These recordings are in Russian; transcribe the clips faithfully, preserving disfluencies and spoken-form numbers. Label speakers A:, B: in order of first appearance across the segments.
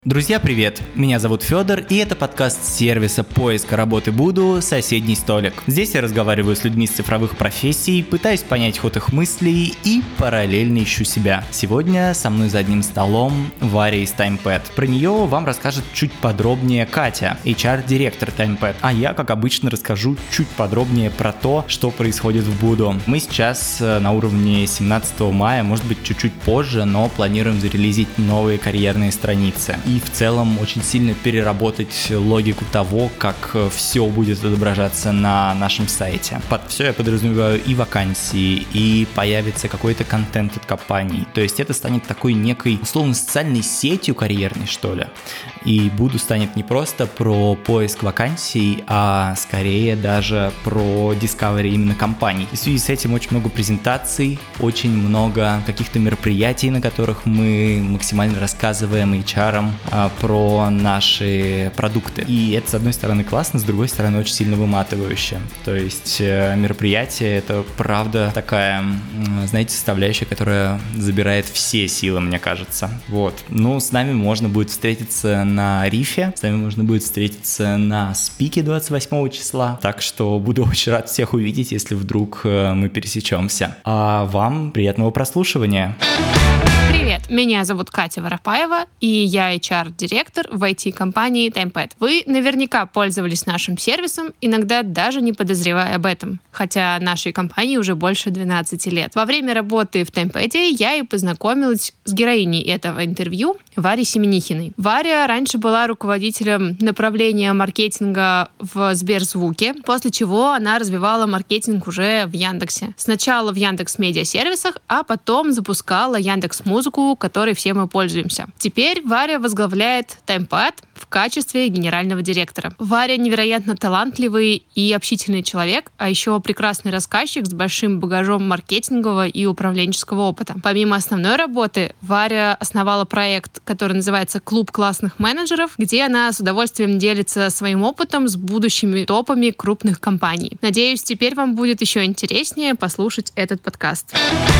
A: Друзья, привет! Меня зовут Федор, и это подкаст сервиса поиска работы Буду «Соседний столик». Здесь я разговариваю с людьми с цифровых профессий, пытаюсь понять ход их мыслей и параллельно ищу себя. Сегодня со мной за одним столом Варя из TimePad. Про нее вам расскажет чуть подробнее Катя, эйч ар-директор TimePad. А я, как обычно, расскажу чуть подробнее про то, что происходит в Буду. Мы сейчас на уровне семнадцатого мая, может быть, чуть-чуть позже, но планируем зарелизить новые карьерные страницы. И в целом очень сильно переработать логику того, как все будет отображаться на нашем сайте. Под все я подразумеваю и вакансии, и появится какой-то контент от компаний. То есть это станет такой некой, условно, социальной сетью карьерной, что ли. И Буду станет не просто про поиск вакансий, а скорее даже про discovery именно компаний. И в связи с этим очень много презентаций, очень много каких-то мероприятий, на которых мы максимально рассказываем эйч ар-ам про наши продукты. И это, с одной стороны, классно, с другой стороны, очень сильно выматывающе. То есть мероприятие — это, правда, такая, знаете, составляющая, которая забирает все силы, мне кажется. Вот. Ну, с нами можно будет встретиться на Рифе, с нами можно будет встретиться на Спике двадцать восьмого числа. Так что буду очень рад всех увидеть, если вдруг мы пересечемся. А вам приятного прослушивания.
B: Привет, меня зовут Катя Воропаева, и я эйч ар-директор в ай ти-компании TimePad. Вы наверняка пользовались нашим сервисом, иногда даже не подозревая об этом, хотя нашей компании уже больше двенадцати лет. Во время работы в TimePad я и познакомилась с героиней этого интервью, Варей Семенихиной. Варя раньше была руководителем направления маркетинга в Сберзвуке, после чего она развивала маркетинг уже в Яндексе. Сначала в Яндекс.Медиа-сервисах, а потом запускала Яндекс.Музыку, которой все мы пользуемся. Теперь Варя возглавляет TimePad в качестве генерального директора. Варя невероятно талантливый и общительный человек, а еще прекрасный рассказчик с большим багажом маркетингового и управленческого опыта. Помимо основной работы, Варя основала проект, который называется «Клуб классных менеджеров», где она с удовольствием делится своим опытом с будущими топами крупных компаний. Надеюсь, теперь вам будет еще интереснее послушать этот подкаст.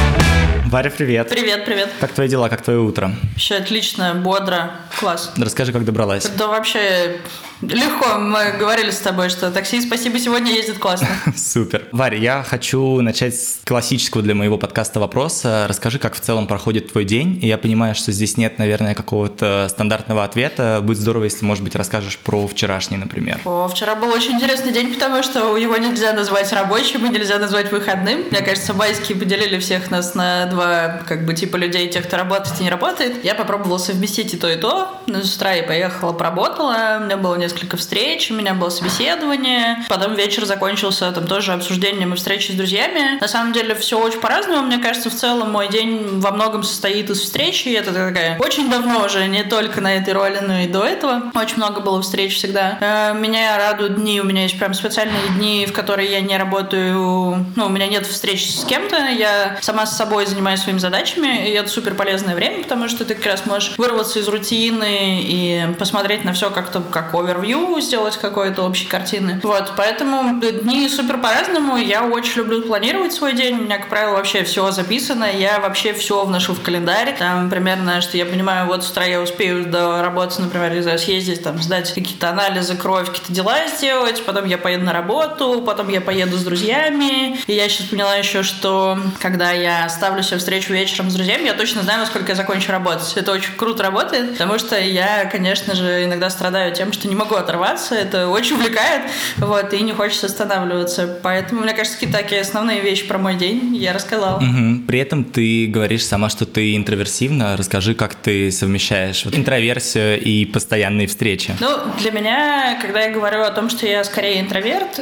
A: Варя, привет.
C: Привет, привет.
A: Как твои дела, как твое утро?
C: Вообще отлично, бодро, класс.
A: Расскажи, как добралась.
C: Да вообще легко. Мы говорили с тобой, что такси, спасибо, сегодня ездит классно.
A: Супер. Варя, я хочу начать с классического для моего подкаста вопроса. Расскажи, как в целом проходит твой день. И я понимаю, что здесь нет, наверное, какого-то стандартного ответа. Будет здорово, если, может быть, расскажешь про вчерашний, например.
C: О, вчера был очень интересный день, потому что его нельзя назвать рабочим и нельзя назвать выходным. Мне кажется, майские поделили всех нас на два, как бы, типа людей, тех, кто работает и не работает. Я попробовала совместить и то, и то. С утра я поехала, поработала. У меня было несколько встреч, у меня было собеседование. Потом вечер закончился там тоже обсуждением и встречей с друзьями. На самом деле все очень по-разному. Мне кажется, в целом мой день во многом состоит из встреч. И это такая очень давно уже, не только на этой роли, но и до этого. Очень много было встреч всегда. Меня радуют дни. У меня есть прям специальные дни, в которые я не работаю. Ну, у меня нет встреч с кем-то. Я сама с собой занимаюсь своими задачами. И это супер полезное время, потому что ты как раз можешь вырваться из рутины и посмотреть на все как-то как овервью, сделать какой-то общей картины. Вот, поэтому дни супер по-разному. Я очень люблю планировать свой день. У меня, как правило, вообще все записано. Я вообще все вношу в календарь. Там примерно, что я понимаю, вот с утра я успею доработать, например, не знаю, съездить, там, сдать какие-то анализы, кровь, какие-то дела сделать. Потом я поеду на работу, потом я поеду с друзьями. И я сейчас поняла еще, что когда я ставлю себе встречу вечером с друзьями, я точно знаю, насколько я закончу работать. Это очень круто работает, потому что я, конечно же, иногда страдаю тем, что не могу оторваться. Это очень увлекает, вот, и не хочется останавливаться. Поэтому, мне кажется, какие-то такие основные вещи про мой день я рассказала.
A: Угу. При этом ты говоришь сама, что ты интроверсивна. Расскажи, как ты совмещаешь вот интроверсию и постоянные встречи.
C: Ну, для меня, когда я говорю о том, что я скорее интроверт,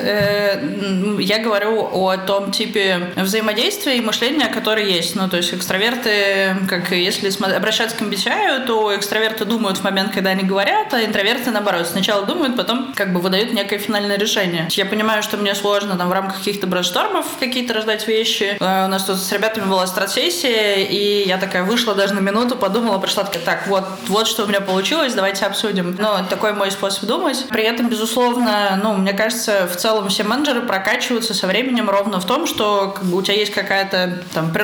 C: э, я говорю о том типе взаимодействия и мышления, которое есть. Ну, то есть экстраверты, как если обращаться к эм би ти ай, то экстраверты думают в момент, когда они говорят, а интроверты, наоборот, сначала думают, потом как бы выдают некое финальное решение. Я понимаю, что мне сложно там в рамках каких-то брейнштормов какие-то рождать вещи. У нас тут с ребятами была страт-сессия, и я такая вышла даже на минуту, подумала, пришла такая, так, вот, вот что у меня получилось, давайте обсудим. Ну, такой мой способ думать. При этом, безусловно, ну, мне кажется, в целом все менеджеры прокачиваются со временем ровно в том, что как бы у тебя есть какая-то там природная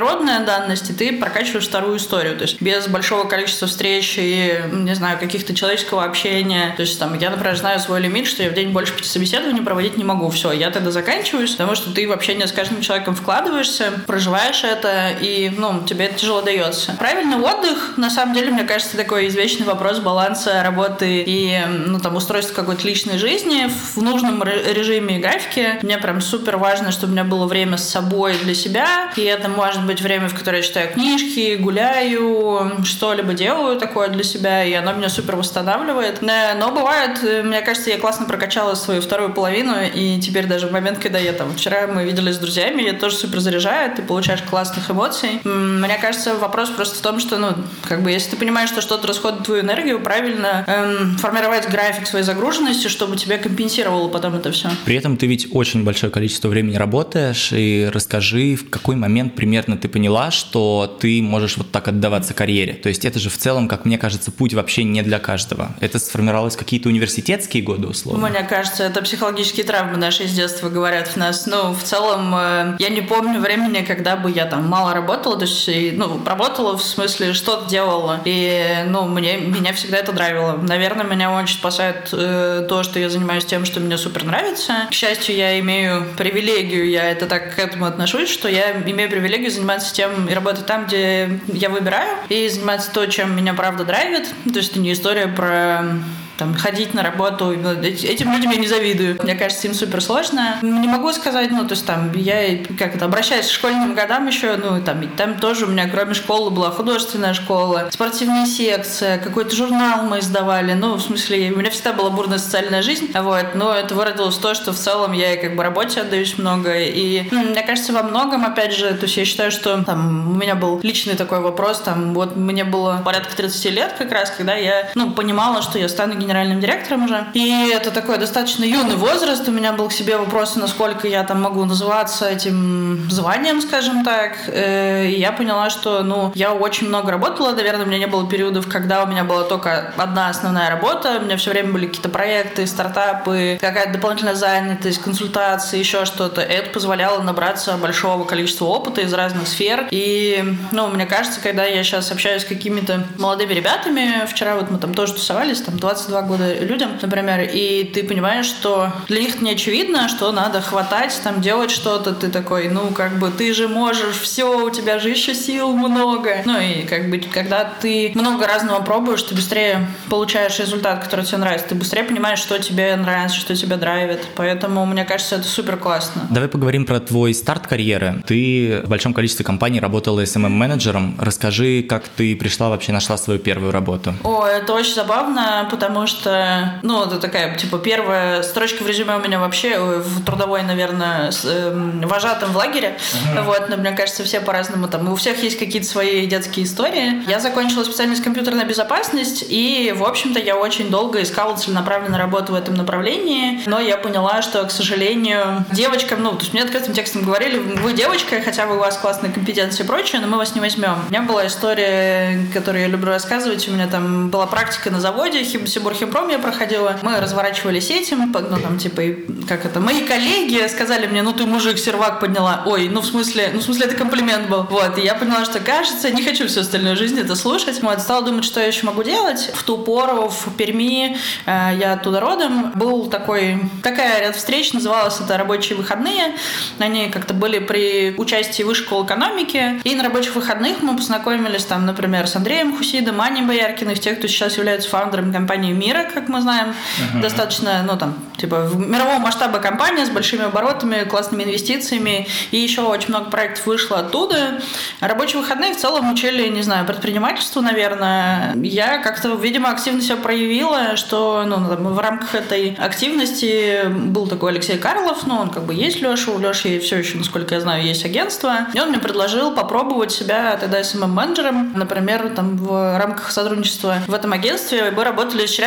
C: данность, и ты прокачиваешь вторую историю. То есть без большого количества встреч и, не знаю, каких-то человеческого общения. То есть там я, например, знаю свой лимит, что я в день больше пяти собеседований проводить не могу. Все, я тогда заканчиваюсь, потому что ты в общение с каждым человеком вкладываешься, проживаешь это, и, ну, тебе это тяжело дается. Правильный отдых, на самом деле, мне кажется, такой извечный вопрос баланса работы и, ну, там, устройства какой-то личной жизни в нужном режиме и графике. Мне прям супер важно, чтобы у меня было время с собой для себя, и это может быть время, в которое я читаю книжки, гуляю, что-либо делаю такое для себя, и оно меня супер восстанавливает. Но бывает, мне кажется, я классно прокачала свою вторую половину, и теперь даже в момент, когда я там, вчера мы виделись с друзьями, я тоже супер заряжает, ты получаешь классных эмоций. Мне кажется, вопрос просто в том, что, ну, как бы, если ты понимаешь, что что-то расходует твою энергию, правильно эм, формировать график своей загруженности, чтобы тебе компенсировало потом это все.
A: При этом ты ведь очень большое количество времени работаешь, и расскажи, в какой момент примерно ты поняла, что ты можешь вот так отдаваться карьере. То есть это же в целом, как мне кажется, путь вообще не для каждого. Это сформировалось в какие-то университетские годы, условно?
C: Мне кажется, это психологические травмы наши с детства говорят в нас. Ну, в целом, э, я не помню времени, когда бы я там мало работала, то есть, и, ну, работала в смысле, что-то делала. И, ну, мне, меня всегда это драйвило. Наверное, меня очень спасает э, то, что я занимаюсь тем, что мне супер нравится. К счастью, я имею привилегию, я это так к этому отношусь, что я имею привилегию заниматься тем и работать там, где я выбираю, и заниматься то, чем меня правда драйвит. То есть это не история про... там, ходить на работу. Этим людям я не завидую. Мне кажется, им супер сложно. Не могу сказать, ну, то есть там, я как это, обращаюсь к школьным годам еще, ну, там, там тоже у меня, кроме школы, была художественная школа, спортивная секция, какой-то журнал мы издавали. Ну, в смысле, у меня всегда была бурная социальная жизнь, вот, но это выродилось в то, что в целом я как бы работе отдаюсь много. И ну, мне кажется, во многом, опять же, то есть я считаю, что там у меня был личный такой вопрос, там, вот мне было порядка тридцати лет как раз, когда я, ну, понимала, что я стану генеральным директором уже. И это такой достаточно юный возраст. У меня был к себе вопрос, насколько я там могу называться этим званием, скажем так. И я поняла, что, ну, я очень много работала. Наверное, у меня не было периодов, когда у меня была только одна основная работа. У меня все время были какие-то проекты, стартапы, какая-то дополнительная занятость, консультации, еще что-то. И это позволяло набраться большого количества опыта из разных сфер. И, ну, мне кажется, когда я сейчас общаюсь с какими-то молодыми ребятами, вчера вот мы там тоже тусовались, там двадцать два года людям, например, и ты понимаешь, что для них не очевидно, что надо хватать, там, делать что-то, ты такой, ну, как бы, ты же можешь, все, у тебя же еще сил много. Ну, и, как бы, когда ты много разного пробуешь, ты быстрее получаешь результат, который тебе нравится, ты быстрее понимаешь, что тебе нравится, что тебя драйвит, поэтому, мне кажется, это супер классно.
A: Давай поговорим про твой старт карьеры. Ты в большом количестве компаний работала эс эм эм-менеджером. Расскажи, как ты пришла, вообще нашла свою первую работу.
C: О, это очень забавно, потому что, ну, это такая, типа, первая строчка в резюме у меня вообще в трудовой, наверное, с, э, вожатым в лагере. Uh-huh. Вот, но мне кажется, все по-разному там. У всех есть какие-то свои детские истории. Я закончила специальность компьютерная безопасность, и, в общем-то, я очень долго искала целенаправленную работу в этом направлении, но я поняла, что, к сожалению, девочкам, ну, то есть мне открытым текстом говорили, вы девочка, хотя бы у вас классные компетенции и прочее, но мы вас не возьмем. У меня была история, которую я люблю рассказывать, у меня там была практика на заводе, Сибурхимпром я проходила, мы разворачивали сети, ну, там, типа, как это, мои коллеги сказали мне, ну, ты мужик, сервак подняла, ой, ну, в смысле, ну, в смысле, это комплимент был, вот, и я поняла, что, кажется, не хочу всю остальную жизнь это слушать, вот, стала думать, что я еще могу делать. В ту пору в Перми, э, я оттуда родом, был такой, такая ряд встреч, называлась это «Рабочие выходные», они как-то были при участии Высшей школы экономики, и на рабочих выходных мы познакомились, там, например, с Андреем Хусидом, Аней Бояркиной, тех, кто сейчас является фаундером компании «Мира», как мы знаем, uh-huh. достаточно, ну, там, типа, в мирового масштаба компания с большими оборотами, классными инвестициями, и еще очень много проектов вышло оттуда. Рабочие выходные в целом учили, не знаю, предпринимательству, наверное. Я как-то, видимо, активно себя проявила, что, ну, там, в рамках этой активности был такой Алексей Карлов, ну, он как бы есть Леша, у Леши все еще, насколько я знаю, есть агентство, и он мне предложил попробовать себя тогда эс эм эм-менеджером, например, там, в рамках сотрудничества в этом агентстве мы работали с Челябинским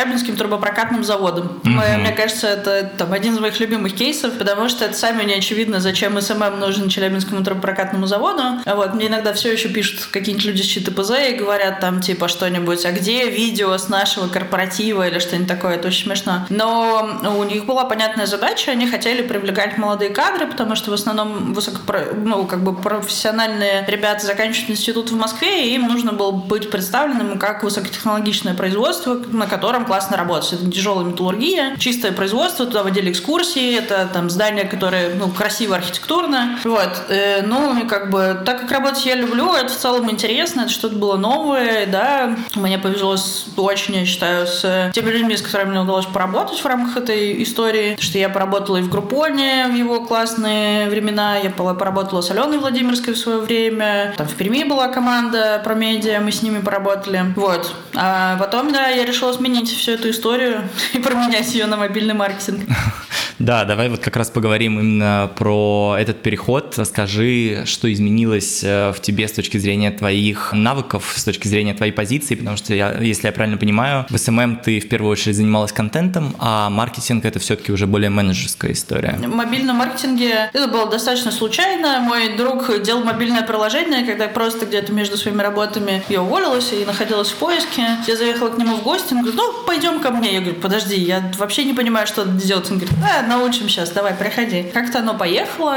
C: Челябинским трубопрокатным заводом. Mm-hmm. Мне кажется, это там один из моих любимых кейсов, потому что это сами не очевидно, зачем эс эм эм нужен Челябинскому трубопрокатному заводу. Вот, мне иногда все еще пишут какие-нибудь люди с ЧТПЗ и говорят там типа что-нибудь, а где видео с нашего корпоратива или что-нибудь такое, это очень смешно. Но у них была понятная задача, они хотели привлекать молодые кадры, потому что в основном высокопро... ну, как бы профессиональные ребята заканчивают институт в Москве, и им нужно было быть представленным как высокотехнологичное производство, на котором классно работать. Это тяжелая металлургия, чистое производство, туда водили экскурсии, это там здания, которые, ну, красиво архитектурно. Вот. Э, ну, и как бы, так как работать я люблю, это в целом интересно, это что-то было новое, да. Мне повезло с, очень, я считаю, с теми людьми, с которыми мне удалось поработать в рамках этой истории, потому что я поработала и в Группоне в его классные времена, я поработала с Аленой Владимирской в свое время, там в Перми была команда про медиа, мы с ними поработали. Вот. А потом, да, я решила сменить всю эту историю и променять ее на мобильный маркетинг.
A: Да, давай вот как раз поговорим именно про этот переход. Скажи, что изменилось в тебе с точки зрения твоих навыков, с точки зрения твоей позиции, потому что, я, если я правильно понимаю, в эс эм эм ты в первую очередь занималась контентом, а маркетинг — это все-таки уже более менеджерская история. В
C: мобильном маркетинге это было достаточно случайно. Мой друг делал мобильное приложение, когда я просто где-то между своими работами я уволилась и находилась в поиске. Я заехала к нему в гости, он говорит, ну, пойдем ко мне. Я говорю, подожди, я вообще не понимаю, что делать. Он говорит, да, научим сейчас, давай, приходи. Как-то оно поехало.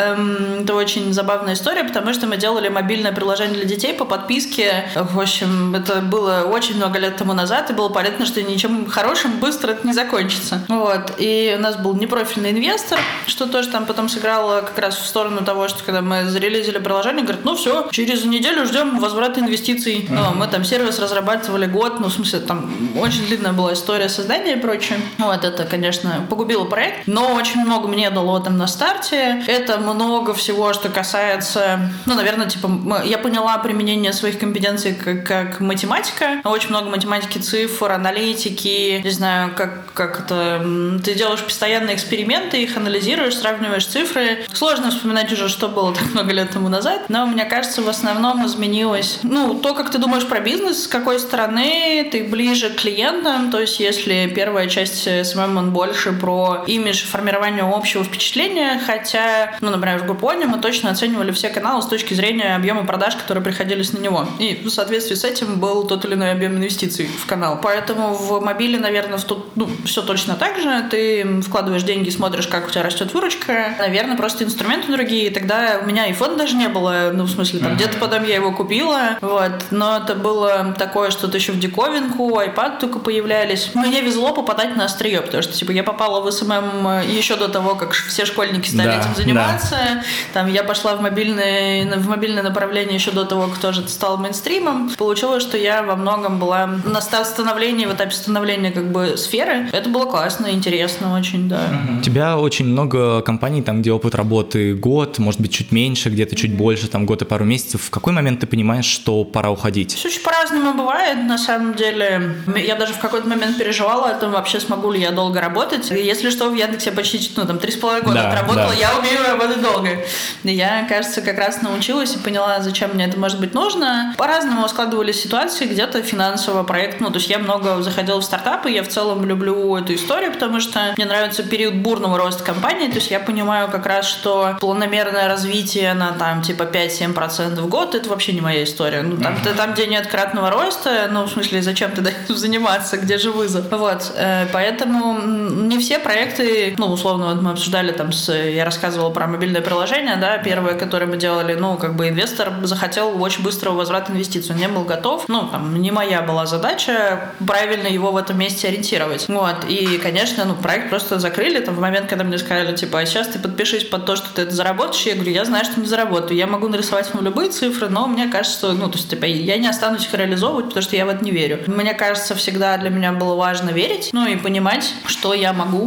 C: Эм, это очень забавная история, потому что мы делали мобильное приложение для детей по подписке. В общем, это было очень много лет тому назад, и было понятно, что ничем хорошим быстро это не закончится. Вот. И у нас был непрофильный инвестор, что тоже там потом сыграло как раз в сторону того, что когда мы зарелизили приложение, говорят, ну все, через неделю ждем возврата инвестиций. Uh-huh. Ну, мы там сервис разрабатывали год, ну, в смысле, там очень длинная была история создания и прочее. Вот, это, конечно, погубило проект, но очень много мне дало там на старте. Это много всего, что касается, ну, наверное, типа, я поняла применение своих компетенций как, как математика. Очень много математики, цифр, аналитики, не знаю, как, как это... Ты делаешь постоянные эксперименты, их анализируешь, сравниваешь цифры. Сложно вспоминать уже, что было так много лет тому назад, но, мне кажется, в основном изменилось, ну, то, как ты думаешь про бизнес, с какой стороны ты ближе к клиентам, то есть если первая часть эс эм эм, он больше про имидж, формирование общего впечатления, хотя, ну, например, в Группоне мы точно оценивали все каналы с точки зрения объема продаж, которые приходились на него. И в соответствии с этим был тот или иной объем инвестиций в канал. Поэтому в мобиле, наверное, в тот, ну, все точно так же. Ты вкладываешь деньги, смотришь, как у тебя растет выручка. Наверное, просто инструменты другие. Тогда у меня iPhone даже не было, ну, в смысле, там, где-то потом я его купила, вот. Но это было такое что-то еще в диковинку, iPad только появлялись. Мне везло попадать на острие, потому что, типа, я попала в эс эм эм еще до того, как все школьники стали да, этим заниматься. Да. Там я пошла в мобильное, в мобильное направление еще до того, как тоже это стало мейнстримом. Получилось, что я во многом была на становлении, в этапе становления как бы сферы. Это было классно, интересно очень, да.
A: У тебя очень много компаний, там, где опыт работы год, может быть, чуть меньше, где-то чуть больше, там, год и пару месяцев. В какой момент ты понимаешь, что пора уходить?
C: Все очень по-разному бывает, на самом деле. Я даже в какой-то момент переживала о том, вообще смогу ли я долго работать. Если что, в Яндексе я почти, ну, там, три с половиной года да, отработала, да. Я умею работать долго. И я, кажется, как раз научилась и поняла, зачем мне это может быть нужно. По-разному складывались ситуации, где-то финансовый проект. Ну, то есть я много заходила в стартапы, я в целом люблю эту историю, потому что мне нравится период бурного роста компании. То есть я понимаю как раз, что планомерное развитие на там типа пять-семь процентов в год — это вообще не моя история. Ну, там, mm-hmm. там, где нет кратного роста, ну, в смысле, зачем тогда заниматься, где же вызов? Вот. Поэтому не все проекты, ну, условно, вот мы обсуждали там, с, я рассказывала про мобильное приложение, да, первое, которое мы делали, ну, как бы инвестор захотел очень быстрого возврата инвестиций, он не был готов, ну, там, не моя была задача правильно его в этом месте ориентировать. Вот. И, конечно, ну, проект просто закрыли, там, в момент, когда мне сказали, типа, а сейчас ты подпишись под то, что ты это заработаешь, я говорю, я знаю, что не заработаю, я могу нарисовать вам любые цифры, но мне кажется, что, ну, то есть, типа, я не останусь их реализовывать, потому что я в это не верю. Мне кажется, всегда для меня было важно верить, ну, и понимать, что я могу получить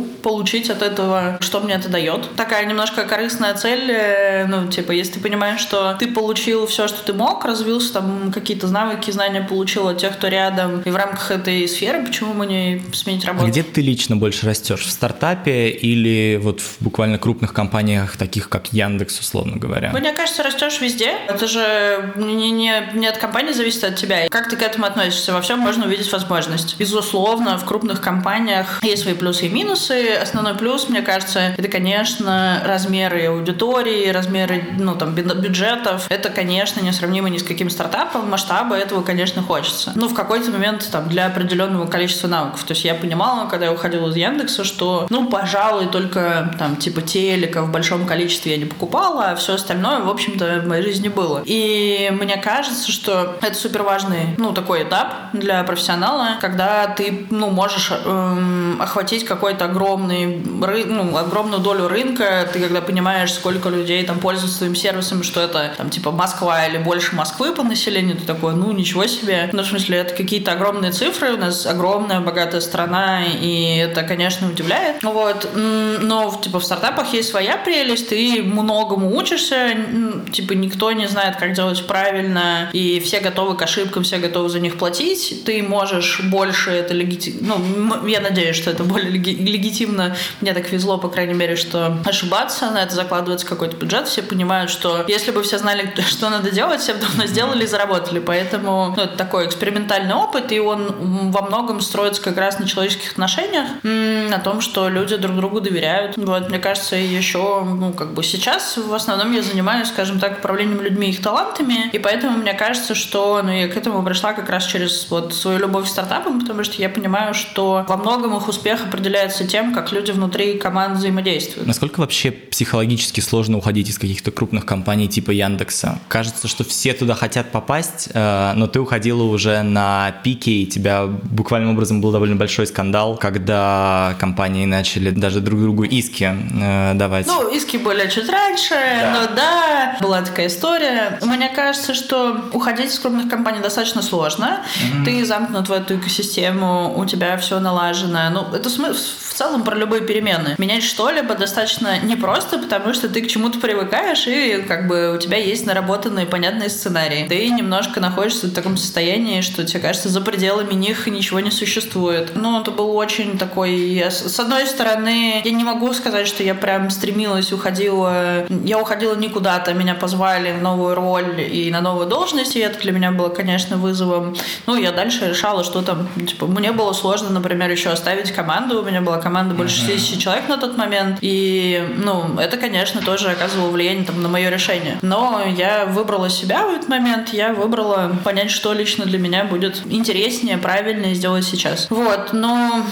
C: получить от этого, что мне это дает. Такая немножко корыстная цель, ну, типа, если ты понимаешь, что ты получил все, что ты мог, развился, там, какие-то навыки, знания получил от тех, кто рядом, и в рамках этой сферы, почему бы не сменить работу?
A: А где ты лично больше растешь? В стартапе или вот в буквально крупных компаниях, таких как Яндекс, условно говоря?
C: Мне кажется, растешь везде. Это же не, не, не от компании зависит, а от тебя. Как ты к этому относишься? Во всем можно увидеть возможность. Безусловно, в крупных компаниях есть свои плюсы и минусы. Основной плюс, мне кажется, это, конечно, размеры аудитории, размеры, ну, там, бюджетов. Это, конечно, несравнимо ни с каким стартапом. Масштаба этого, конечно, хочется. Ну, в какой-то момент, там, для определенного количества навыков. То есть я понимала, когда я уходила из Яндекса, что, ну, пожалуй, только, там, типа, телека в большом количестве я не покупала, а все остальное, в общем-то, в моей жизни было. И мне кажется, что это супер важный, ну, такой этап для профессионала, когда ты, ну, можешь эм, охватить какой-то огромный, ры, ну, огромную долю рынка, ты когда понимаешь, сколько людей там пользуются твоим сервисом, что это, там, типа, Москва или больше Москвы по населению, ты такой, ну, ничего себе. Ну, в смысле, это какие-то огромные цифры, у нас огромная, богатая страна, и это, конечно, удивляет. Вот. Но, типа, в стартапах есть своя прелесть, ты многому учишься, типа, никто не знает, как делать правильно, и все готовы к ошибкам, все готовы за них платить, ты можешь больше это легитимно, ну, я надеюсь, что это более леги- легитимно, мне так везло, по крайней мере, что ошибаться, на это закладывается какой-то бюджет, все понимают, что если бы все знали, что надо делать, все бы давно сделали и заработали, поэтому, ну, это такой экспериментальный опыт, и он во многом строится как раз на человеческих отношениях, на том, что люди друг другу доверяют. Вот, мне кажется, еще, ну, как бы сейчас в основном я занимаюсь, скажем так, управлением людьми и их талантами, и поэтому мне кажется, что, ну, я к этому пришла как раз через вот свою любовь к стартапам, потому что я понимаю, что во многом их успех определяется тем, как люди внутри команд взаимодействуют.
A: Насколько вообще психологически сложно уходить из каких-то крупных компаний типа Яндекса? Кажется, что все туда хотят попасть, но ты уходила уже на пике, и у тебя буквальным образом был довольно большой скандал, когда компании начали даже друг другу иски э, давать.
C: Ну, иски были чуть раньше, да. но да, была такая история. Мне кажется, что уходить из крупных компаний достаточно сложно. Mm-hmm. Ты замкнут в эту экосистему, у тебя все налажено. Ну, это в целом про любые перемены. Менять что-либо достаточно непросто, потому что ты к чему-то привыкаешь, и как бы у тебя есть наработанные понятные сценарии. Ты немножко находишься в таком состоянии, что тебе кажется, за пределами них ничего не существует. Ну, это был очень такой... Я, с одной стороны, я не могу сказать, что я прям стремилась, уходила... Я уходила не куда-то, меня позвали в новую роль и на новую должность, и это для меня было, конечно, вызовом. Ну, я дальше решала, что там... Типа, мне было сложно, например, еще оставить команду. У меня была команда больше шестьдесят тысяч человек на тот момент, и, ну, это, конечно, тоже оказывало влияние там на мое решение. Но я выбрала себя в этот момент, я выбрала понять, что лично для меня будет интереснее, правильнее сделать сейчас. Вот, но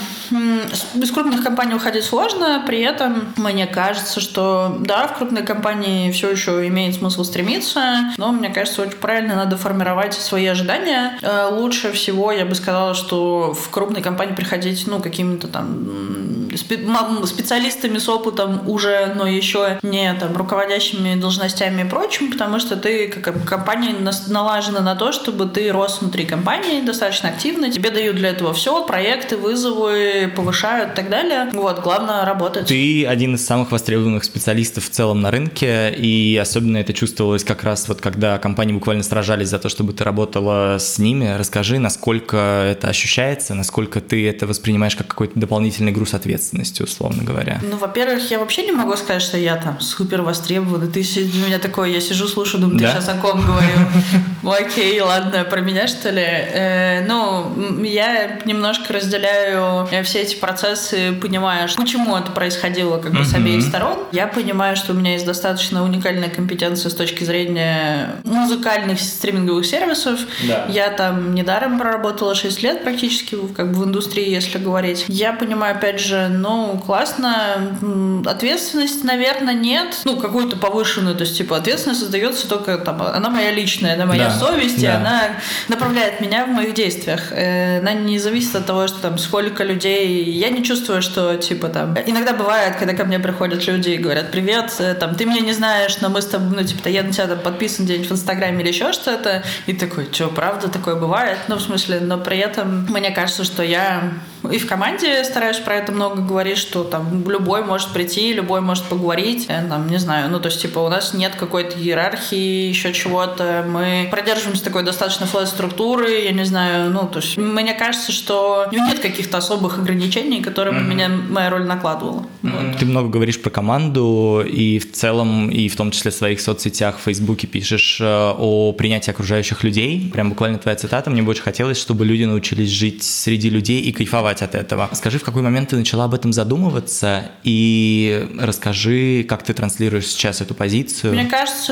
C: из крупных компаний уходить сложно, при этом мне кажется, что да, в крупные компании все еще имеет смысл стремиться, но мне кажется, очень правильно надо формировать свои ожидания. Лучше всего, я бы сказала, что в крупной компании приходить, ну, какими-то там специалистами с опытом уже, но еще не там руководящими должностями и прочим, потому что ты, как компания, налажена на то, чтобы ты рос внутри компании достаточно активно, тебе дают для этого все, проекты, вызовы, повышают и так далее. Вот, главное работать.
A: Ты один из самых востребованных специалистов в целом на рынке, и особенно это чувствовалось как раз вот когда компании буквально сражались за то, чтобы ты работала с ними. Расскажи, насколько это ощущается, насколько ты это воспринимаешь как какой-то дополнительный груз ответственности, условно говоря.
C: Ну, во-первых, я вообще не могу сказать, что я там супер востребованный. Ты у меня такой, я сижу, слушаю, думаю, ты да? сейчас о ком говорю. Окей, ладно, про меня, что ли? Ну, я немножко разделяю все эти процессы, понимаешь, почему это происходило как бы с обеих сторон. Я понимаю, что у меня есть достаточно уникальная компетенция с точки зрения музыкальных стриминговых сервисов. Да. Я там недаром проработала шесть лет практически как бы в индустрии, если говорить. Я понимаю, опять же, ну, классно. Ответственность, наверное, нет. Ну, какую-то повышенную, то есть, типа, ответственность создается только там, она моя личная, она моя да. совесть, да. и она направляет меня в моих действиях. Она не зависит от того, что там сколько людей. Я не чувствую, что, типа, там... Иногда бывает, когда ко мне приходят люди и говорят, привет, там, ты меня не знаешь, но мы с тобой, ну, типа, я на тебя там подписан где-нибудь в Инстаграме или еще что-то. И такой, что, правда такое бывает? Ну, в смысле, но при этом мне кажется, что я и в команде стараюсь про это много говорить, что там любой может прийти, любой может поговорить, там, не знаю, ну, то есть, типа, у нас нет какой-то иерархии, еще чего-то, мы продерживаемся такой достаточно флэт-структуры, я не знаю, ну, то есть, мне кажется, что нет каких-то особых ограничений, которые бы mm-hmm. меня моя роль накладывала.
A: Mm-hmm. Вот. Ты много говоришь про команду, и в целом, и в том числе в своих соцсетях, в Фейсбуке пишешь о принятии окружающих людей, прям буквально твоя цитата, мне бы очень хотелось, чтобы люди научились жить среди людей и кайфовать от этого. Скажи, в какой момент ты начала об этом задумываться, и расскажи, как ты транслируешь сейчас эту позицию.
C: Мне кажется,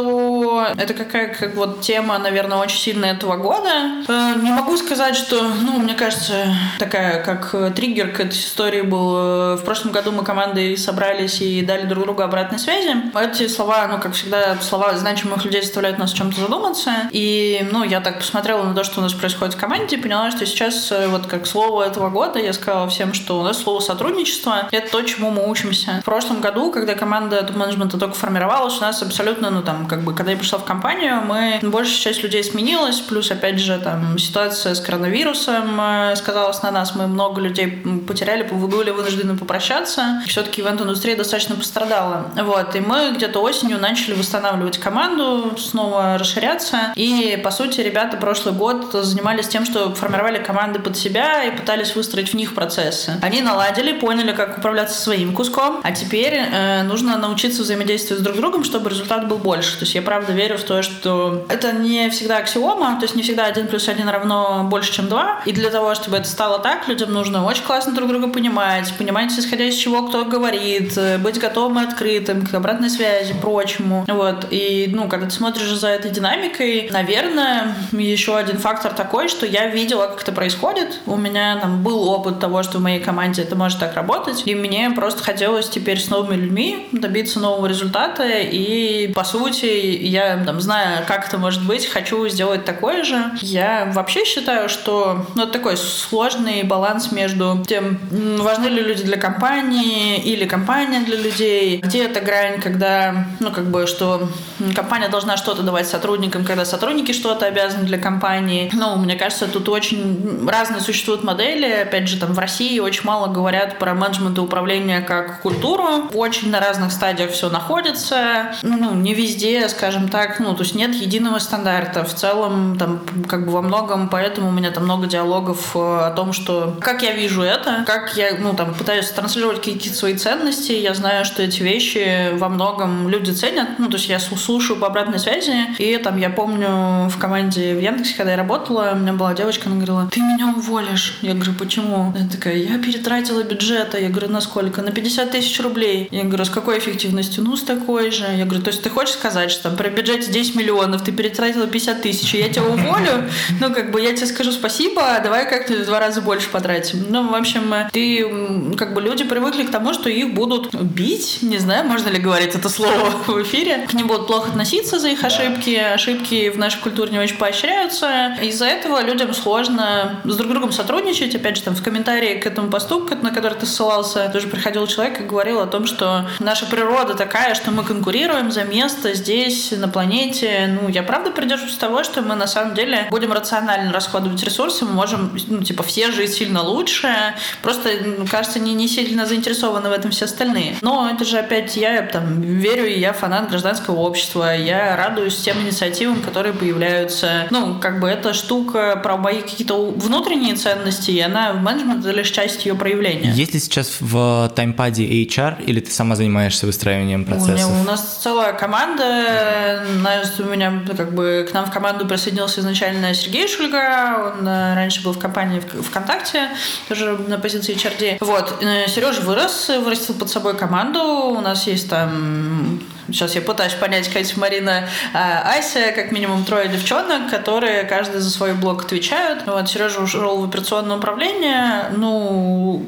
C: что это какая как вот тема, наверное, очень сильная этого года. Не могу сказать, что, ну, мне кажется, такая как триггер к этой истории был. В прошлом году мы командой собрались и дали друг другу обратной связи. Эти слова, ну, как всегда, слова значимых людей заставляют нас о чем-то задуматься. И, ну, я так посмотрела на то, что у нас происходит в команде, и поняла, что сейчас вот как слово этого года я сказала всем, что у нас слово сотрудничество — это то, чему мы учимся. В прошлом году, когда команда топ-менеджмента только формировалась, у нас абсолютно, ну, там, как бы, когда я пришла в компанию, мы, большая часть людей сменилась, плюс, опять же, там, ситуация с коронавирусом сказалась на нас, мы много людей потеряли, были вынуждены попрощаться. Все-таки ивент-индустрия достаточно пострадала. Вот, и мы где-то осенью начали восстанавливать команду, снова расширяться, и, по сути, ребята прошлый год занимались тем, что формировали команды под себя и пытались выстроить в них процессы. Они наладили, поняли, как управляться своим куском, а теперь э, нужно научиться взаимодействовать с друг другом, чтобы результат был больше. То есть я правда верю в то, что это не всегда аксиома, то есть не всегда один плюс один равно больше, чем два. И для того, чтобы это стало так, людям нужно очень классно друг друга понимать, понимать, исходя из чего кто говорит, быть готовым и открытым к обратной связи, прочему. Вот. И, ну, когда ты смотришь за этой динамикой, наверное, еще один фактор такой, что я видела, как это происходит. У меня там был опыт того, что в моей команде это может так работать. И мне просто хотелось теперь с новыми людьми добиться нового результата. И, по сути, я там, знаю, как это может быть, хочу сделать такое же. Я вообще считаю, что ну, это такой сложный баланс между тем, важны ли люди для компании или компания для людей. Где эта грань, когда, ну, как бы, что компания должна что-то давать сотрудникам, когда сотрудники что-то обязаны для компании. Ну, мне кажется, тут очень разные существуют модели. Опять же, там в России очень мало говорят про менеджмент и управление как культуру. Очень на разных стадиях все находится. Ну, не везде, скажем так, ну, то есть нет единого стандарта. В целом, там, как бы во многом, поэтому у меня там много диалогов о том, что как я вижу это, как я, ну, там, пытаюсь транслировать какие-то свои ценности. Я знаю, что эти вещи во многом люди ценят. Ну, то есть я слушаю по обратной связи. И там я помню в команде в Яндексе, когда я работала, у меня была девочка, она говорила: ты меня уволишь. Я говорю: почему? Она такая: я перетратила бюджета. Я говорю: на сколько? На пятьдесят тысяч рублей. Я говорю: с какой эффективностью? Ну, с такой же. Я говорю: то есть ты хочешь сказать, что там при бюджете десять миллионов ты перетратила пятьдесят тысяч, и я тебя уволю? Ну, как бы я тебе скажу спасибо, давай как-то в два раза больше потратим. Ну, в общем, ты, как бы люди привыкли к тому, что их будут бить, не знаю, можно ли говорить это слово в эфире, к ним будут плохо относиться за их ошибки, ошибки в нашей культуре не очень поощряются. Из-за этого людям сложно с друг другом сотрудничать. Опять же, там в комментарии к этому посту, на который ты ссылался, тоже приходил человек и говорил о том, что наша природа такая, что мы конкурируем за место здесь, на планете. Ну, я правда придерживаюсь того, что мы на самом деле будем рационально расходовать ресурсы, мы можем, ну, типа, все жить сильно лучше, просто, кажется, не, не сильно заинтересованы в этом все остальные. Но это же опять я там верю, и я фанат гражданского общества, я радуюсь тем инициативам, которые появляются. Ну, как бы эта штука про мои какие-то внутренние ценности, и она в менеджменте лишь часть ее проявления.
A: Есть ли сейчас в таймпаде эйч ар, или ты сама занимаешься выстраиванием процессов?
C: У, меня, у нас целая команда. У меня как бы к нам в команду присоединился изначально Сергей Шульга. Он раньше был в компании ВКонтакте, тоже на позиции эйч ар ди. Вот. Сережа вырос, вырастил под собой команду. У нас есть там... Сейчас я пытаюсь понять, Катя, Марина, Ася, как минимум трое девчонок, которые каждый за свой блок отвечают. Вот, Сережа ушел в операционное управление. Ну,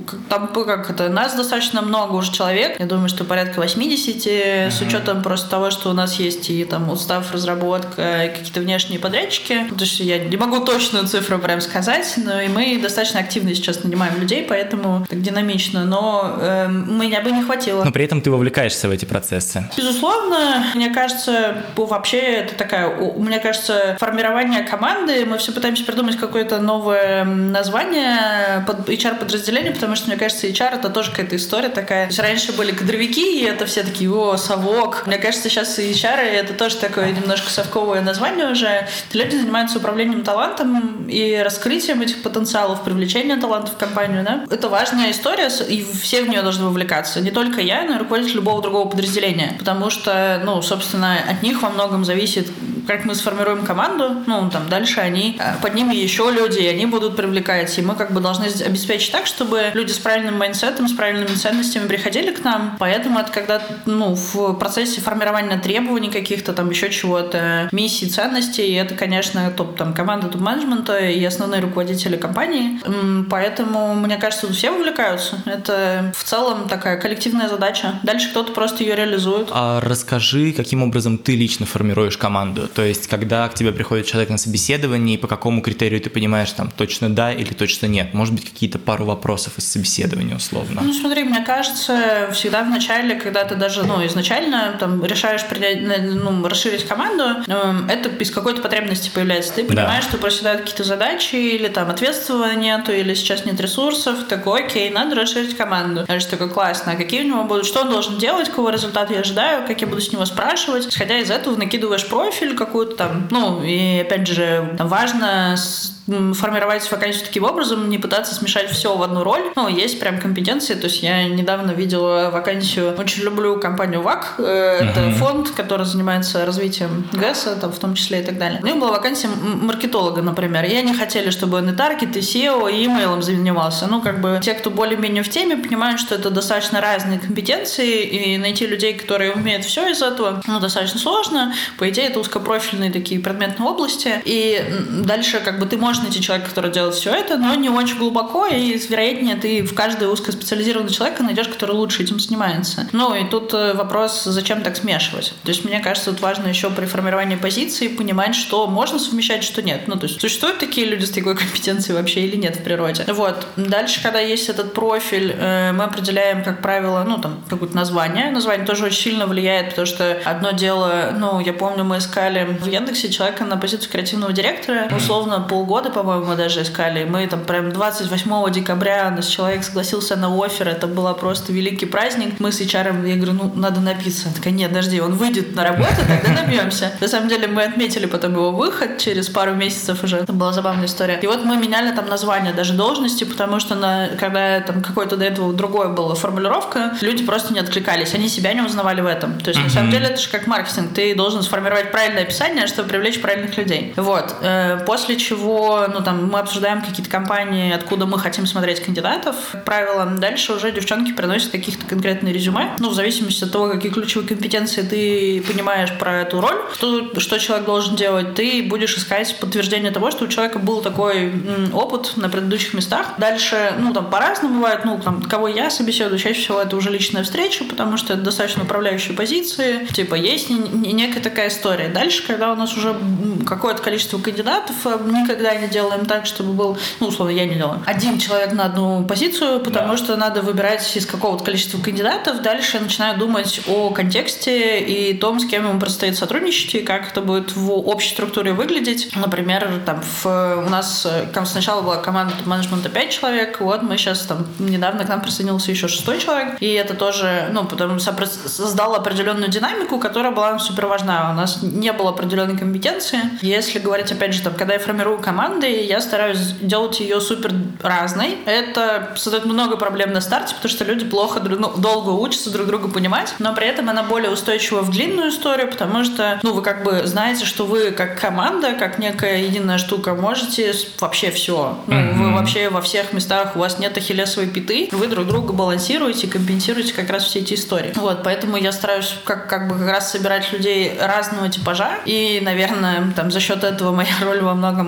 C: там как это, нас достаточно много уже человек, я думаю, что порядка восемьдесят, mm-hmm. с учетом просто того, что у нас есть и там устав, разработка, и какие-то внешние подрядчики. То есть я не могу точную цифру прям сказать, но и мы достаточно активно сейчас нанимаем людей, поэтому так динамично, но э, меня бы не хватило.
A: Но при этом ты вовлекаешься в эти процессы.
C: Безусловно, мне кажется, вообще это такая, мне кажется, формирование команды, мы все пытаемся придумать какое-то новое название под эйч ар-подразделение, потому что, мне кажется, эйч ар — это тоже какая-то история такая. То есть раньше были кадровики, и это все такие, о, совок. Мне кажется, сейчас эйч ар — это тоже такое немножко совковое название уже. Это люди занимаются управлением талантом и раскрытием этих потенциалов, привлечением талантов в компанию, да. Это важная история, и все в нее должны вовлекаться. Не только я, но и руководитель любого другого подразделения. Потому что, ну, собственно, от них во многом зависит, как мы сформируем команду. Ну, там, дальше они, под ними еще люди, и они будут привлекать. И мы как бы должны обеспечить так, чтобы люди с правильным майндсетом, с правильными ценностями приходили к нам. Поэтому это когда, ну, в процессе формирования требований каких-то там еще чего-то, миссий, ценностей, это, конечно, топ, там, команда топ-менеджмента и основные руководители компании. Поэтому, мне кажется, все вовлекаются. Это в целом такая коллективная задача. Дальше кто-то просто ее реализует.
A: А расскажи, каким образом ты лично формируешь команду? То есть, когда к тебе приходит человек на собеседование, по какому критерию ты понимаешь, там, точно да или точно нет? Может быть, какие-то пару вопросов из собеседования условно?
C: Ну, смотри, мне кажется, всегда в начале, когда ты даже, ну, изначально там решаешь принять, ну, расширить команду, это из какой-то потребности появляется. Ты понимаешь, да. что проседают какие-то задачи, или там ответственного нету, или сейчас нет ресурсов, такой, окей, надо расширить команду. Дальше такой, классно, а какие у него будут, что он должен делать, какого результата я ожидаю, как я буду с него спрашивать. Исходя из этого, накидываешь профиль какую-то там, ну, и опять же, там важно формировать вакансию таким образом, не пытаться смешать все в одну роль. Ну, есть прям компетенции. То есть я недавно видела вакансию, очень люблю компанию ВАК. Это uh-huh. фонд, который занимается развитием ГЭСа, там, в том числе и так далее. У них была вакансия маркетолога, например. И они хотели, чтобы он и таргет, и сео, и имейлом занимался. Ну, как бы те, кто более-менее в теме, понимают, что это достаточно разные компетенции, и найти людей, которые умеют все из этого, ну, достаточно сложно. По идее, это узкопрофильные такие предметные области. И дальше, как бы, ты можешь найти человека, который делает все это, но не очень глубоко, и, вероятнее, ты в каждого узкоспециализированного человека найдешь, который лучше этим занимается. Ну, и тут вопрос, зачем так смешивать? То есть, мне кажется, тут важно еще при формировании позиции понимать, что можно совмещать, что нет. Ну, то есть, существуют такие люди с такой компетенцией вообще или нет в природе? Вот. Дальше, когда есть этот профиль, мы определяем, как правило, ну, там, какое-то название. Название тоже очень сильно влияет, потому что одно дело, ну, я помню, мы искали в Яндексе человека на позицию креативного директора, условно, полгода, по-моему, мы даже искали. Мы там прям двадцать восьмого декабря наш человек согласился на оффер. Это был просто великий праздник. Мы с эйч ар, я говорю, ну, надо напиться. Такая, нет, подожди, он выйдет на работу, тогда набьемся. На самом деле мы отметили потом его выход через пару месяцев уже. Это была забавная история. И вот мы меняли там название даже должности, потому что на, когда там какой-то до этого другой была формулировка, люди просто не откликались. Они себя не узнавали в этом. То есть, на самом деле, это же как маркетинг. Ты должен сформировать правильное описание, чтобы привлечь правильных людей. Вот. После чего, ну, там, мы обсуждаем какие-то компании, откуда мы хотим смотреть кандидатов. Как правило, дальше уже девчонки приносят каких-то конкретные резюме. Ну, в зависимости от того, какие ключевые компетенции ты понимаешь про эту роль, что, что человек должен делать, ты будешь искать подтверждение того, что у человека был такой м, опыт на предыдущих местах. Дальше, ну, там, по-разному бывает. Ну, там, кого я собеседую, чаще всего это уже личная встреча, потому что это достаточно управляющие позиции. Типа, есть некая такая история. Дальше, когда у нас уже какое-то количество кандидатов, никогда не делаем так, чтобы был, ну, условно, я не делаю, один человек на одну позицию, потому да. что надо выбирать из какого-то количества кандидатов. Дальше я начинаю думать о контексте и том, с кем ему предстоит сотрудничать, и как это будет в общей структуре выглядеть. Например, там в, у нас сначала была команда менеджмента пять человек, вот мы сейчас там недавно к нам присоединился еще шестой человек, и это тоже, ну, потом создало определенную динамику, которая была супер важна. У нас не было определенной компетенции. Если говорить, опять же, там, когда я формирую команды, я стараюсь делать ее супер разной. Это создает много проблем на старте, потому что люди плохо, ну, долго учатся друг друга понимать, но при этом она более устойчива в длинную историю, потому что, ну, вы как бы знаете, что вы как команда, как некая единая штука можете вообще все. Ну, mm-hmm. вы вообще во всех местах, у вас нет ахиллесовой пяты, вы друг друга балансируете, компенсируете как раз все эти истории. Вот, поэтому я стараюсь как, как бы как раз собирать людей разного типажа, и, наверное, там за счет этого моя роль во многом это соединение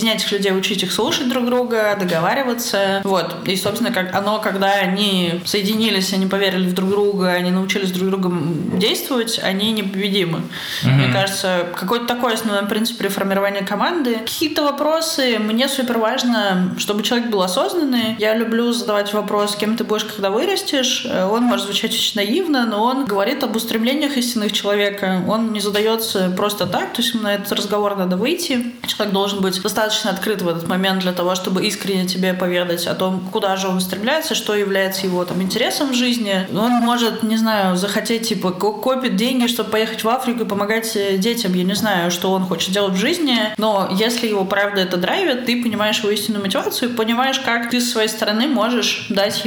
C: объединять этих людей, учить их слушать друг друга, договариваться. Вот. И, собственно, как оно, когда они соединились, они поверили в друг друга, они научились друг другом действовать, они непобедимы. Mm-hmm. Мне кажется, какой-то такой основной принцип при формировании команды. Какие-то вопросы. Мне супер важно, чтобы человек был осознанный. Я люблю задавать вопрос, кем ты будешь, когда вырастешь. Он может звучать очень наивно, но он говорит об устремлениях истинных человека. Он не задается просто так, то есть на этот разговор надо выйти. Человек должен быть достаточно открыт в этот момент для того, чтобы искренне тебе поведать о том, куда же он стремляется, что является его там интересом в жизни. Он может, не знаю, захотеть, типа, копить деньги, чтобы поехать в Африку и помогать детям. Я не знаю, что он хочет делать в жизни, но если его правда это драйвит, ты понимаешь его истинную мотивацию и понимаешь, как ты с своей стороны можешь дать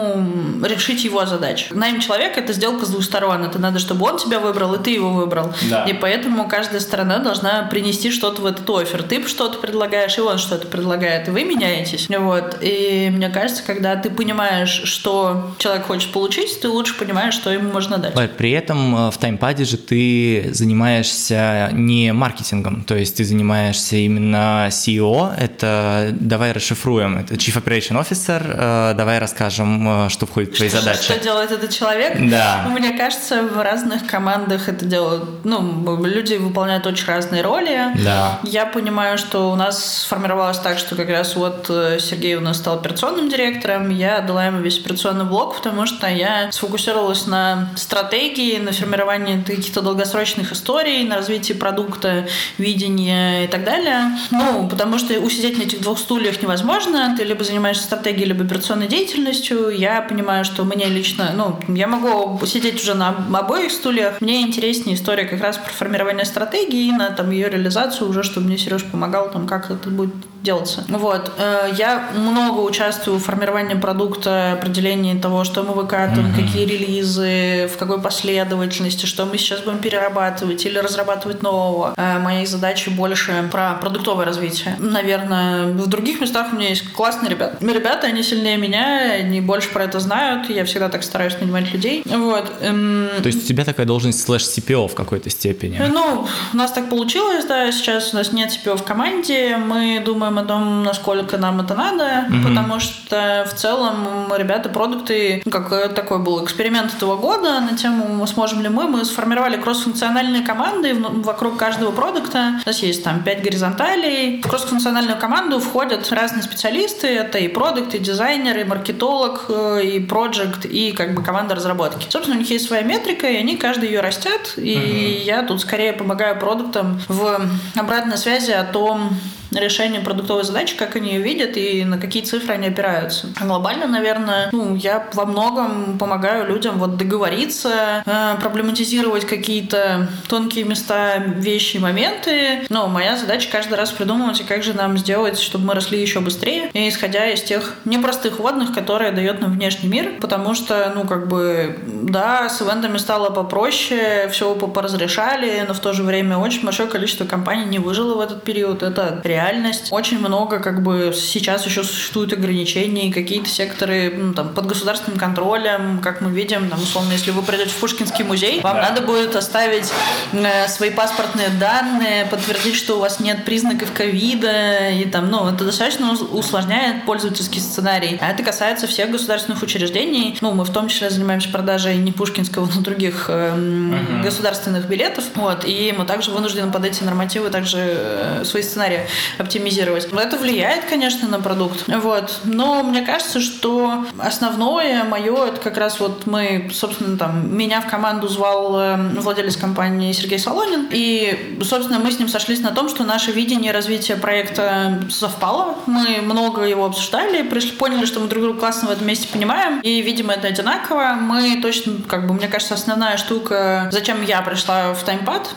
C: ему решить его задачу. Найм человека — это сделка с двух сторон. Это надо, чтобы он тебя выбрал, и ты его выбрал. Да. И поэтому каждая сторона должна принести что-то в этот оффер. Ты что-то предлагаешь, и он что-то предлагает, и вы меняетесь. Вот. И мне кажется, когда ты понимаешь, что человек хочет получить, ты лучше понимаешь, что ему можно дать.
A: При этом в таймпаде же ты занимаешься не маркетингом, то есть ты занимаешься именно си и о, это давай расшифруем, это Chief Operation Officer, давай расскажем, что входит в твои
C: что,
A: задачи.
C: Что делает этот человек?
A: Да.
C: Мне кажется, в разных командах это делают, ну, люди выполняют очень разные роли.
A: Да.
C: Я понимаю, что у нас сформировалось так, что как раз вот Сергей у нас стал операционным директором, я отдала ему весь операционный блок, потому что я сфокусировалась на стратегии, на формировании каких-то долгосрочных историй, на развитии продукта, видения и так далее. Ну, потому что усидеть на этих двух стульях невозможно. Ты либо занимаешься стратегией, либо операционной деятельностью. Я понимаю, что мне лично... Ну, я могу сидеть уже на обоих стульях. Мне интереснее история как раз про формирование стратегии и на там, ее реализацию уже, чтобы мне Сереж помогал, там, как это будет делаться. Вот. Я много участвую в формировании продукта, определении того, что мы выкатываем, mm-hmm. какие релизы, в какой последовательности, что мы сейчас будем перерабатывать или разрабатывать нового. Мои задачи больше про продуктовое развитие. Наверное, в других местах у меня есть классные ребята. Ребята, они сильнее меня, они больше про это знают, я всегда так стараюсь нанимать людей. Вот.
A: То есть у тебя такая должность слэш-си пи о в какой-то степени?
C: Ну, у нас так получилось, да, сейчас у нас нет си пи о в команде, мы думаем о том, насколько нам это надо, mm-hmm. потому что в целом ребята продукты, ну, как такой был эксперимент этого года на тему, сможем ли мы, мы сформировали кросс-функциональные команды вокруг каждого продукта. У нас есть там пять горизонталей. В кросс-функциональную команду входят разные специалисты, это и продукт, и дизайнер, и маркетолог, и проект, и как бы команда разработки. Собственно, у них есть своя метрика, и они каждый ее растят, и mm-hmm. я тут скорее помогаю продуктам в обратной связи о том, решение продуктовой задачи, как они ее видят и на какие цифры они опираются. А глобально, наверное, ну, я во многом помогаю людям вот договориться, э, проблематизировать какие-то тонкие места, вещи, моменты. Но моя задача каждый раз придумывать, как же нам сделать, чтобы мы росли еще быстрее, и исходя из тех непростых вводных, которые дает нам внешний мир, потому что, ну, как бы, да, с ивентами стало попроще, все поразрешали, но в то же время очень большое количество компаний не выжило в этот период. Это реально реальность. Очень много, как бы, сейчас еще существуют ограничений, какие-то секторы, ну, там, под государственным контролем, как мы видим, там, условно, если вы придете в Пушкинский музей, вам да. надо будет оставить э, свои паспортные данные, подтвердить, что у вас нет признаков ковида, и там, ну, это достаточно усложняет пользовательский сценарий. А это касается всех государственных учреждений. Ну, мы в том числе занимаемся продажей не Пушкинского, но других э, uh-huh. государственных билетов, вот, и мы также вынуждены под эти нормативы также э, свои сценарии оптимизировать. Это влияет, конечно, на продукт. Вот. Но мне кажется, что основное мое, это как раз вот мы, собственно, там, меня в команду звал владелец компании Сергей Солонин, и, собственно, мы с ним сошлись на том, что наше видение развития проекта совпало. Мы много его обсуждали, пришли, поняли, что мы друг друга классно в этом месте понимаем, и, видимо, это одинаково. Мы точно, как бы, мне кажется, основная штука, зачем я пришла в таймпад,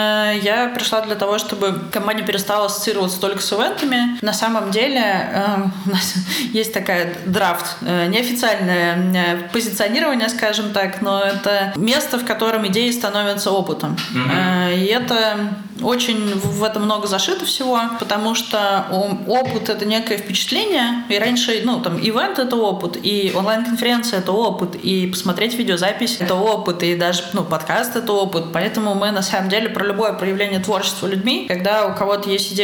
C: я пришла для того, чтобы компания перестала ассоциироваться только с ивентами. На самом деле э, у нас есть такая драфт, э, неофициальное э, позиционирование, скажем так, но это место, в котором идеи становятся опытом. Mm-hmm. Э, и это очень в этом много зашито всего, потому что опыт — это некое впечатление, и раньше, ну, там, ивент — это опыт, и онлайн-конференция — это опыт, и посмотреть видеозапись — это опыт, и даже, ну, подкаст — это опыт, поэтому мы, на самом деле, про любое проявление творчества людьми, когда у кого-то есть идея, он может прийти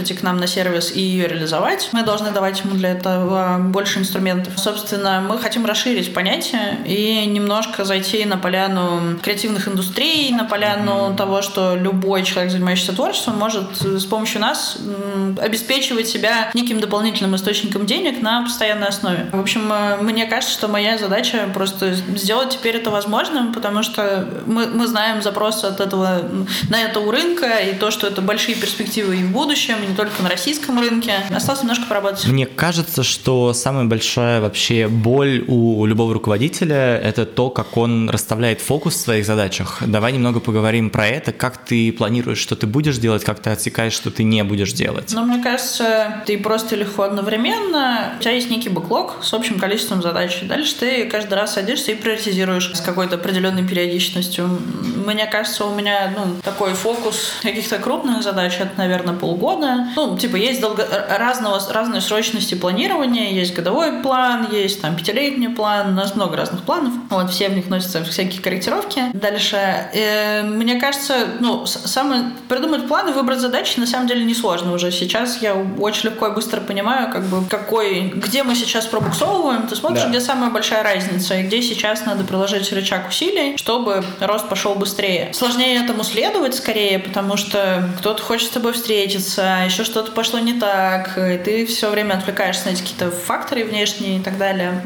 C: прийти к нам на сервис и ее реализовать. Мы должны давать ему для этого больше инструментов. Собственно, мы хотим расширить понятие и немножко зайти на поляну креативных индустрий, на поляну того, что любой человек, занимающийся творчеством, может с помощью нас обеспечивать себя неким дополнительным источником денег на постоянной основе. В общем, мне кажется, что моя задача просто сделать теперь это возможным, потому что мы, мы знаем запрос от этого, на это у рынка, и то, что это большие перспективы и в будущем, и не только на российском рынке. Осталось немножко поработать.
A: Мне кажется, что самая большая вообще боль у любого руководителя — это то, как он расставляет фокус в своих задачах. Давай немного поговорим про это. Как ты планируешь, что ты будешь делать, как ты отсекаешь, что ты не будешь делать?
C: Ну, мне кажется, ты просто легко одновременно. У тебя есть некий бэклог с общим количеством задач. Дальше ты каждый раз садишься и приоритизируешь с какой-то определенной периодичностью. Мне кажется, у меня ну, такой фокус каких-то крупных задач — это, наверное, полгода. Ну, типа, есть долго... разного... разной срочности планирования, есть годовой план, есть там пятилетний план, у нас много разных планов. Вот, все в них носятся всякие корректировки. Дальше, э, мне кажется, ну, самое... придумать план и выбрать задачи на самом деле несложно уже. Сейчас я очень легко и быстро понимаю, как бы, какой... где мы сейчас пробуксовываем, ты смотришь, да. Где самая большая разница, и где сейчас надо приложить рычаг усилий, чтобы рост пошел быстрее. Сложнее этому следовать скорее, потому что кто-то хочет с тобой встретиться, еще что-то пошло не так, и ты все время отвлекаешься на эти какие-то факторы внешние и так далее.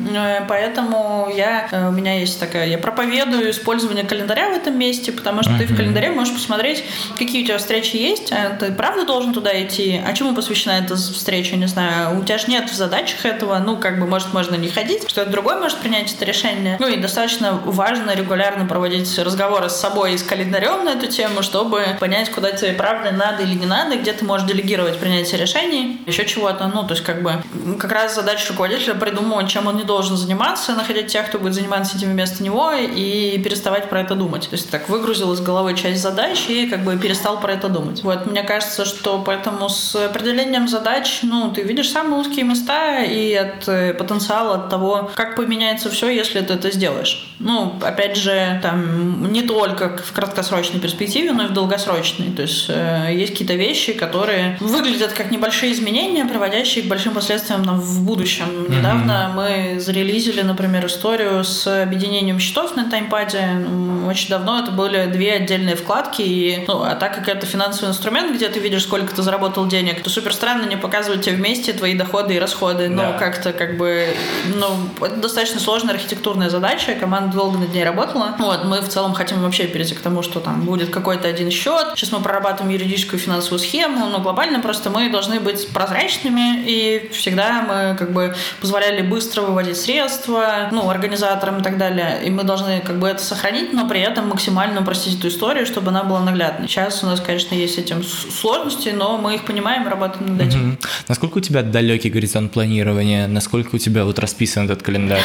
C: Поэтому я, у меня есть такая, я проповедую использование календаря в этом месте, потому что mm-hmm. ты в календаре можешь посмотреть, какие у тебя встречи есть, ты правда должен туда идти, а чему посвящена эта встреча, не знаю, у тебя же нет в задачах этого, ну, как бы, может, можно не ходить, что-то другое может принять это решение. Ну, и достаточно важно регулярно проводить разговоры с собой и с календарем на эту тему, чтобы понять, куда тебе правда надо или не надо, где ты можешь делегировать принятие решений, еще чего-то. Ну, то есть, как бы, как раз задача руководителя придумывать, чем он не должен заниматься, находить тех, кто будет заниматься этим вместо него, и переставать про это думать. То есть, так выгрузил из головы часть задач и, как бы, перестал про это думать. Вот, мне кажется, что поэтому с определением задач, ну, ты видишь самые узкие места и от э, потенциала от того, как поменяется все, если ты это сделаешь. Ну, опять же, там, не только в краткосрочной перспективе, но и в долгосрочной. То есть, э, есть какие-то вещи, которые выглядят как небольшие изменения, приводящие к большим последствиям там, в будущем. Mm-hmm. Недавно мы зарелизили, например, историю с объединением счетов на таймпаде. Очень давно это были две отдельные вкладки, и, ну, а так как это финансовый инструмент, где ты видишь, сколько ты заработал денег, то супер странно не показывать тебе вместе твои доходы и расходы. Ну, да. Как-то как бы, ну, это достаточно сложная архитектурная задача, команда долго над ней работала. Вот, мы в целом хотим вообще перейти к тому, что там будет какой-то один счет. Сейчас мы прорабатываем юридическую и финансовую схему, но глобально просто мы должны быть прозрачными, и всегда мы как бы позволяли быстро выводить средства, ну, организаторам и так далее, и мы должны как бы это сохранить, но при этом максимально упростить эту историю, чтобы она была наглядной. Сейчас у нас, конечно, есть с этим сложности, но мы их понимаем и работаем над этим.
A: Mm-hmm. Насколько у тебя далекий горизонт планирования? Насколько у тебя вот расписан этот календарь?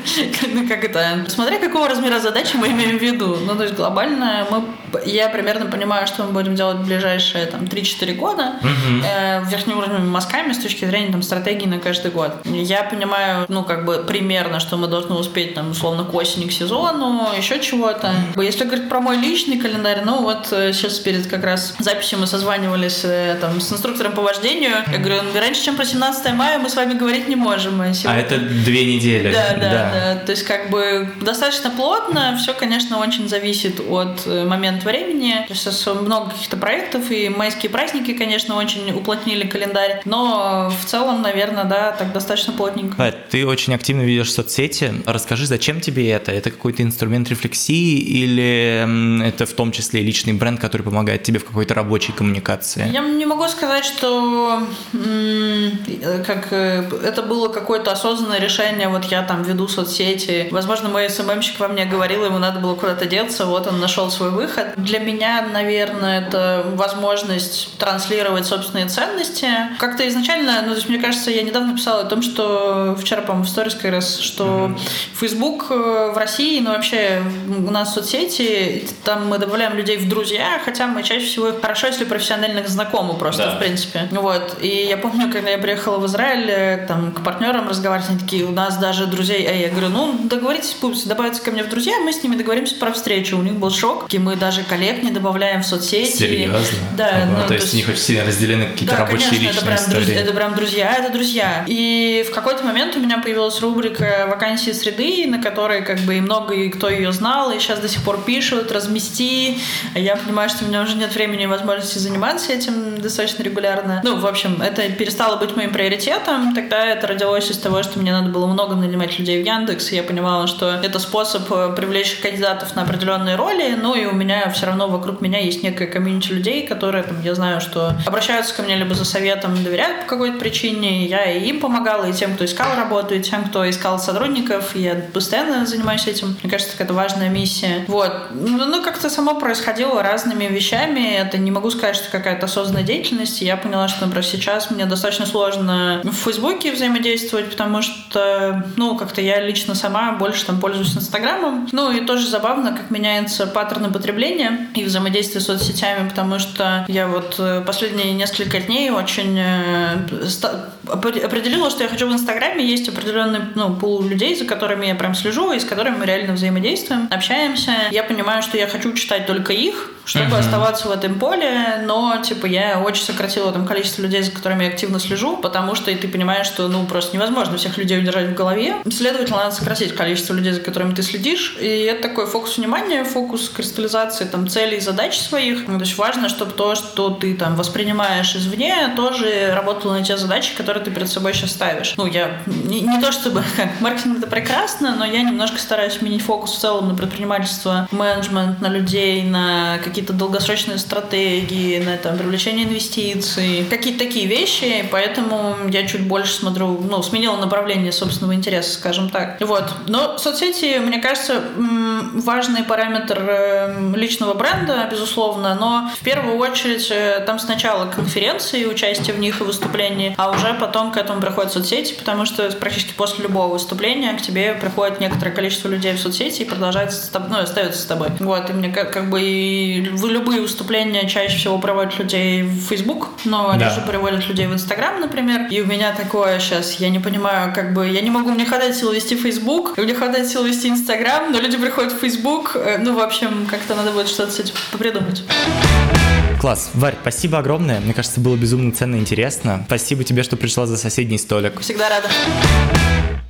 C: Ну, как это? Смотря какого размера задачи мы имеем в виду. Ну, то есть глобально мы, я примерно понимаю, что мы будем делать в ближайшие там, три-четыре года mm-hmm. э, верхнеуровневыми мазками с точки зрения там, стратегии на каждый год. Я понимаю, ну, как бы примерно, что мы должны успеть, там, условно, к осени, к сезону, еще чего-то. Mm-hmm. Если говорить про мой личный календарь, ну, вот сейчас перед как раз записью мы созванивались там, с инструктором по вождению. Я говорю, раньше, чем про семнадцатое мая мы с вами говорить не можем. А,
A: а это две недели.
C: Да, да, да, да. То есть, как бы, достаточно плотно. Все, конечно, очень зависит от момента времени. То есть, много каких-то проектов, и майские праздники, конечно, очень уплотнили календарь. Но в целом, наверное, да, так достаточно плотненько.
A: Да, ты очень активно ведешь соцсети. Расскажи, зачем тебе это? Это какой-то инструмент рефлексии или это в том числе личный бренд, который помогает тебе в какой-то рабочей коммуникации?
C: Я не могу сказать, что м- как, это было какое-то осознанное решение. Вот я там веду соцсети. Возможно, мой эс эм эм-щик во мне говорил, ему надо было куда-то деться. Вот он нашел свой выход. Для меня, наверное, это возможность транслировать собственные ценности. Как-то изначально, ну, то есть, мне кажется, я недавно писала о том, что вчера, по-моему, в сторис как раз, что mm-hmm. Facebook в России, ну, вообще у нас соцсети, там мы добавляем людей в друзья, хотя мы чаще всего хорошо, если профессиональных знакомы просто, да. В принципе. Вот. И я помню, когда я приехала в Израиль, там, к партнерам разговаривать, они такие, у нас даже друзей, а я говорю, ну, договоритесь, пусть добавятся ко мне в друзья, мы с ними договоримся про встречу. У них был шок, и мы даже коллег не добавляем в соцсети.
A: Серьезно?
C: Да.
A: Ага,
C: Ну,
A: то,
C: то
A: есть
C: есть
A: у них очень сильно разделены какие-то
C: да,
A: рабочие
C: конечно,
A: личные
C: это прям,
A: истории.
C: друзья, это прям друзья, это друзья. И в какой-то момент у меня появилась рубрика «Вакансии среды», на которой как бы и много и кто ее знал, и сейчас до сих пор пишут, размести. Я понимаю, что у меня уже нет времени и возможности заниматься этим достаточно регулярно. Ну, в общем, это перестало быть моим приоритетом. Тогда это родилось из того, что мне надо было много нанимать людей в Яндекс, и я понимала, что это способ привлечь кандидатов на определенные роли, ну и у меня все равно вокруг меня есть некая комьюнити людей, которые, там, я знаю, что обращаются ко мне либо за советом, доверяют по какой-то причине, я и им помогала, и тем, кто искал работу, и тем, кто искал сотрудников, я постоянно занимаюсь этим. Мне кажется, это важная миссия. Вот. Ну, как-то само происходило разными вещами, это не могу сказать, что какая-то осознанная деятельность, я поняла, что, например, сейчас мне достаточно сложно в Фейсбуке взаимодействовать, потому что, ну, как-то я лично сама больше там пользуюсь Инстаграмом. Ну, и тоже забавно, как меняются паттерны потребления и взаимодействия с соцсетями, потому что я вот последние несколько дней очень определила, что я хочу в Инстаграме. Есть определенный, ну, пул людей, за которыми я прям слежу и с которыми мы реально взаимодействуем, общаемся. Я понимаю, что я хочу читать только их, чтобы uh-huh. оставаться в этом поле, но, типа, я очень сократила там количество людей, за которыми я активно слежу, потому что и ты понимаешь, что, ну, просто невозможно всех людей удержать в голове. Следовательно, надо сократить количество людей, за которыми ты следишь, и это такой фокус внимания, фокус кристаллизации там целей и задач своих. То есть важно, чтобы то, что ты там воспринимаешь извне, тоже работало на те задачи, которые ты перед собой сейчас ставишь. Ну, я не, не то чтобы как маркетинг это прекрасно, но я немножко стараюсь сменить фокус в целом на предпринимательство, менеджмент, на людей, на какие-то долгосрочные стратегии, на там, привлечение инвестиций, какие-то такие вещи, поэтому я чуть больше смотрю, ну, сменила направление собственного интереса, скажем так. Вот. Но соцсети, мне кажется, важный параметр личного бренда, безусловно, но в первую очередь там сначала конференции, участие в них и выступления, а уже потом к этому приходят соцсети, потому что практически после любого выступления к тебе приходит некоторое количество людей в соцсети и продолжает с тобой, ну, остается с тобой. Вот, и мне как, как бы и любые выступления чаще всего проводят людей в Facebook, но они
A: да.
C: же приводят людей в Instagram, например, и у меня такое сейчас, я не понимаю, как бы, я не могу, мне хватает сил вести Facebook, и мне хватает сил вести Instagram, но люди приходят в Facebook, ну, в общем, как-то надо будет что-то с этим попридумать.
A: Класс. Варь, спасибо огромное. Мне кажется, было безумно ценно и интересно. Спасибо тебе, что пришла за соседний столик.
C: Всегда рада.